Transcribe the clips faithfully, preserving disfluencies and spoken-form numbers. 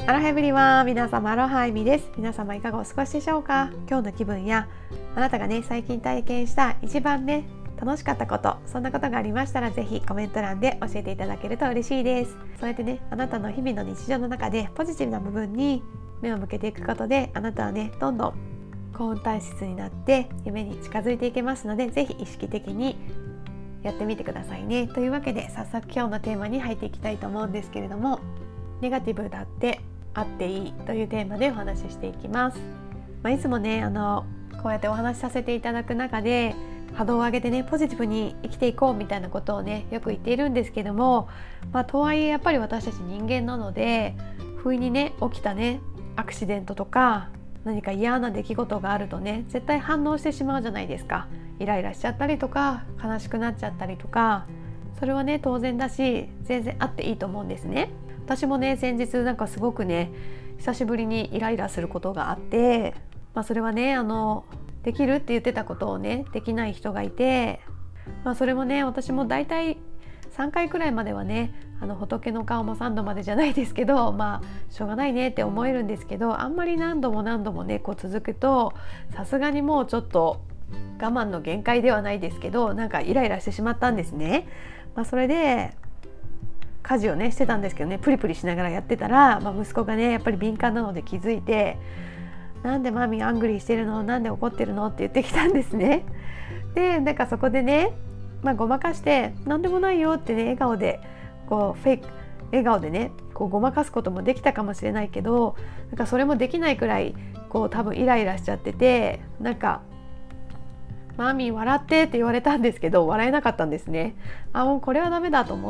アロハエブリワン、皆様アロハエミです。皆様いかがお過ごしでしょうか。今日の気分やあなたがね最近体験した一番ね楽しかったこと、そんなことがありましたらぜひコメント欄で教えていただけると嬉しいです。そうやってねあなたの日々の日常の中でポジティブな部分に目を向けていくことで、あなたはねどんどん高温体質になって夢に近づいていけますので、ぜひ意識的にやってみてくださいね。というわけで早速今日のテーマに入っていきたいと思うんですけれども、ネガティブだってあっていいというテーマでお話ししていきます。まあ、いつもねあのこうやってお話しさせていただく中で波動を上げてねポジティブに生きていこうみたいなことをねよく言っているんですけども、まあ、とはいえやっぱり私たち人間なので、不意にね起きたねアクシデントとか何か嫌な出来事があるとね絶対反応してしまうじゃないですか。イライラしちゃったりとか悲しくなっちゃったりとか、それはね当然だし全然あっていいと思うんですね。私もね先日なんかすごくね久しぶりにイライラすることがあって、まあ、それはねあのできるって言ってたことをねできない人がいて、まあ、それもね私もだいたいさんかいくらいまではねあの仏の顔もさんどまでじゃないですけど、まあしょうがないねって思えるんですけど、あんまり何度も何度もねこう続くとさすがにもうちょっと我慢の限界ではないですけど、なんかイライラしてしまったんですね。まあ、それで家事をねしてたんですけどね、プリプリしながらやってたら、まあ、息子がねやっぱり敏感なので気づいて、なんでマミーアングリーしてるの、なんで怒ってるのって言ってきたんですね。でなんかそこでね、まあ、ごまかしてなんでもないよってね笑顔でこうフェイク笑顔でねこうごまかすこともできたかもしれないけど、なんかそれもできないくらいこう多分イライラしちゃってて、なんかマミー笑ってって言われたんですけど笑えなかったんですね。あもうこれはダメだと思って、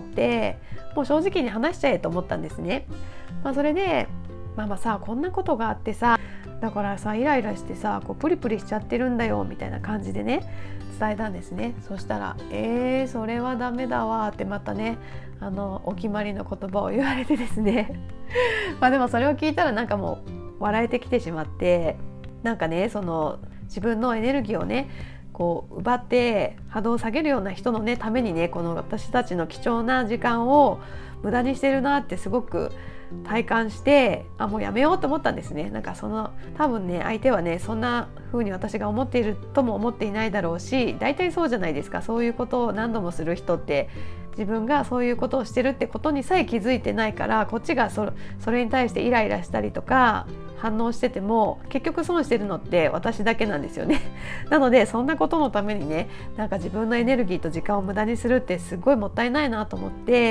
もう正直に話しちゃえと思ったんですね。まあ、それでママさこんなことがあってさ、だからさイライラしてさこうプリプリしちゃってるんだよみたいな感じでね伝えたんですね。そしたらえー、それはダメだわってまたねあのお決まりの言葉を言われてですねまあでもそれを聞いたらなんかもう笑えてきてしまって、なんかねその自分のエネルギーをねこう奪って波動を下げるような人のねためにねこの私たちの貴重な時間を無駄にしてるなってすごく体感して、あもうやめようと思ったんですね。なんかその多分ね相手はねそんな風に私が思っているとも思っていないだろうし、大体そうじゃないですか。そういうことを何度もする人って自分がそういうことをしてるってことにさえ気づいてないから、こっちが そ, それに対してイライラしたりとか反応してても結局損してるのって私だけなんですよね。なのでそんなことのためにねなんか自分のエネルギーと時間を無駄にするってすごいもったいないなと思って、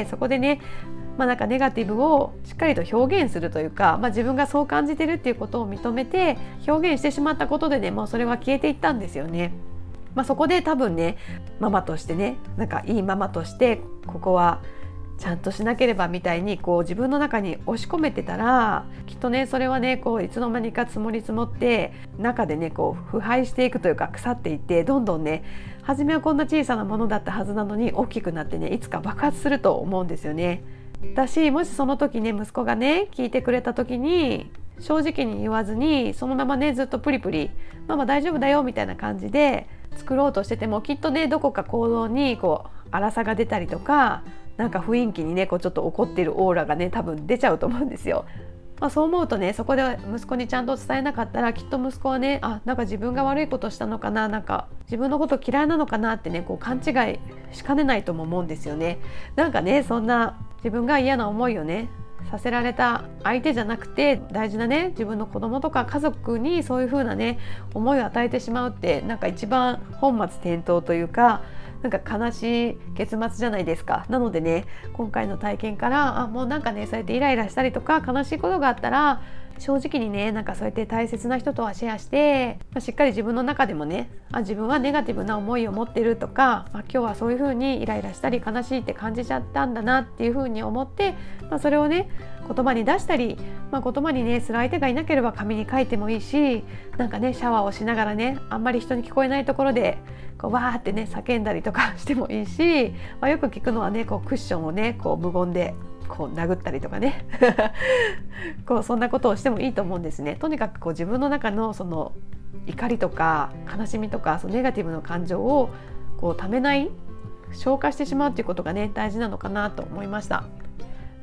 そこでねまあ、なんかネガティブをしっかりと表現するというか、まあ、自分がそう感じてるっていうことを認めて表現してしまったことでねもうそれは消えていったんですよね。まあ、そこで多分ねママとしてねなんかいいママとしてここはちゃんとしなければみたいにこう自分の中に押し込めてたら、きっとねそれはねこういつの間にか積もり積もって中でねこう腐敗していくというか腐っていって、どんどんね初めはこんな小さなものだったはずなのに大きくなってねいつか爆発すると思うんですよね。だしもしその時ね息子がね聞いてくれた時に正直に言わずにそのままねずっとプリプリママ大丈夫だよみたいな感じで作ろうとしてても、きっとねどこか行動にこう粗さが出たりとか、なんか雰囲気にねこうちょっと怒ってるオーラがね多分出ちゃうと思うんですよ。まあ、そう思うとねそこで息子にちゃんと伝えなかったら、きっと息子はねあなんか自分が悪いことしたのかな、なんか自分のこと嫌いなのかなってねこう勘違いしかねないとも思うんですよね。なんかねそんな自分が嫌な思いをねさせられた相手じゃなくて、大事なね自分の子供とか家族にそういう風なね思いを与えてしまうって、なんか一番本末転倒というか、なんか悲しい結末じゃないですか。なのでね今回の体験からあもうなんかねそうやってイライラしたりとか悲しいことがあったら正直にねなんかそうやって大切な人とはシェアして、まあ、しっかり自分の中でもねあ自分はネガティブな思いを持ってるとか、まあ、今日はそういう風にイライラしたり悲しいって感じちゃったんだなっていう風に思って、まあ、それをね言葉に出したり、まあ、言葉にねする相手がいなければ紙に書いてもいいし、なんかねシャワーをしながらねあんまり人に聞こえないところでこうわーってね叫んだりとかしてもいいし、まあ、よく聞くのはねこうクッションをねこう無言でこう殴ったりとかねこうそんなことをしてもいいと思うんですね。とにかくこう自分の中のその怒りとか悲しみとかそのネガティブな感情をこうためない消化してしまうっていうことがね大事なのかなと思いました。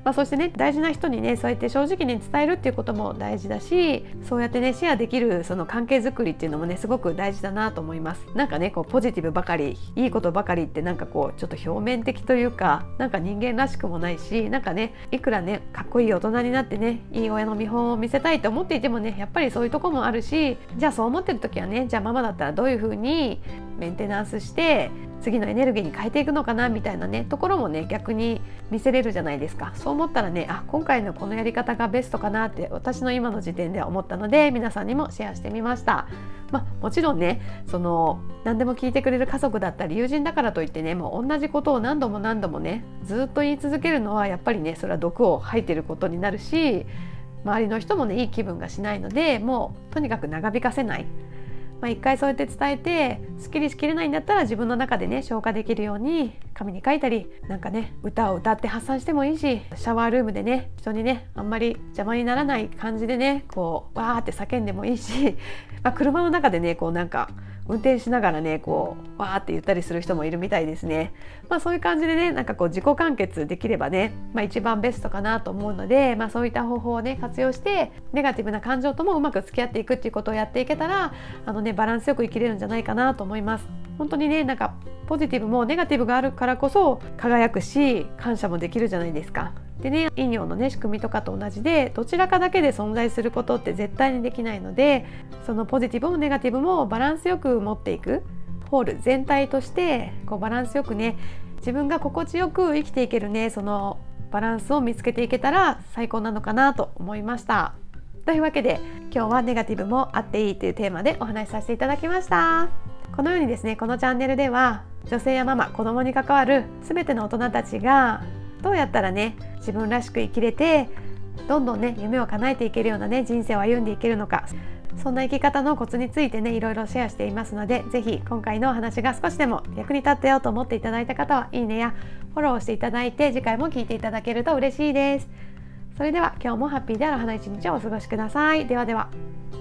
まあ、そしてね大事な人にねそうやって正直に伝えるっていうことも大事だし、そうやってねシェアできるその関係づくりっていうのもねすごく大事だなと思います。なんかねこうポジティブばかりいいことばかりってなんかこうちょっと表面的というか、なんか人間らしくもないし、なんかねいくらねかっこいい大人になってねいい親の見本を見せたいと思っていてもねやっぱりそういうとこもあるし、じゃあそう思ってる時はねじゃあママだったらどういう風にメンテナンスして次のエネルギーに変えていくのかなみたいなねところもね逆に見せれるじゃないですか。そう思ったらねあ今回のこのやり方がベストかなって私の今の時点では思ったので皆さんにもシェアしてみました。まあ、もちろんねその何でも聞いてくれる家族だったり友人だからといってねもう同じことを何度も何度もねずっと言い続けるのはやっぱりねそれは毒を吐いてることになるし、周りの人もねいい気分がしないので、もうとにかく長引かせない。まあ、一回そうやって伝えてすっきりしきれないんだったら自分の中でね消化できるように紙に書いたり、なんかね歌を歌って発散してもいいし、シャワールームでね人にねあんまり邪魔にならない感じでねこうわーって叫んでもいいし、まあ、車の中でねこうなんか運転しながらねこうわーって言ったりする人もいるみたいですね。まあ、そういう感じでねなんかこう自己完結できればね、まあ、一番ベストかなと思うので、まあ、そういった方法をね活用してネガティブな感情ともうまく付き合っていくっていうことをやっていけたらあのねバランスよく生きれるんじゃないかなと思います。本当にねなんかポジティブもネガティブがあるからこそ輝くし感謝もできるじゃないですか。でね陰陽のね仕組みとかと同じでどちらかだけで存在することって絶対にできないので、そのポジティブもネガティブもバランスよく持っていくホール全体としてこうバランスよくね自分が心地よく生きていけるねそのバランスを見つけていけたら最高なのかなと思いました。というわけで今日はネガティブもあっていいというテーマでお話しさせていただきました。このようにですねこのチャンネルでは女性やママ子供に関わる全ての大人たちがどうやったらね自分らしく生きれてどんどんね夢を叶えていけるようなね人生を歩んでいけるのか、そんな生き方のコツについてねいろいろシェアしていますので、ぜひ今回のお話が少しでも役に立ったよと思っていただいた方はいいねやフォローしていただいて次回も聞いていただけると嬉しいです。それでは今日もハッピーである花一日をお過ごしください。ではでは。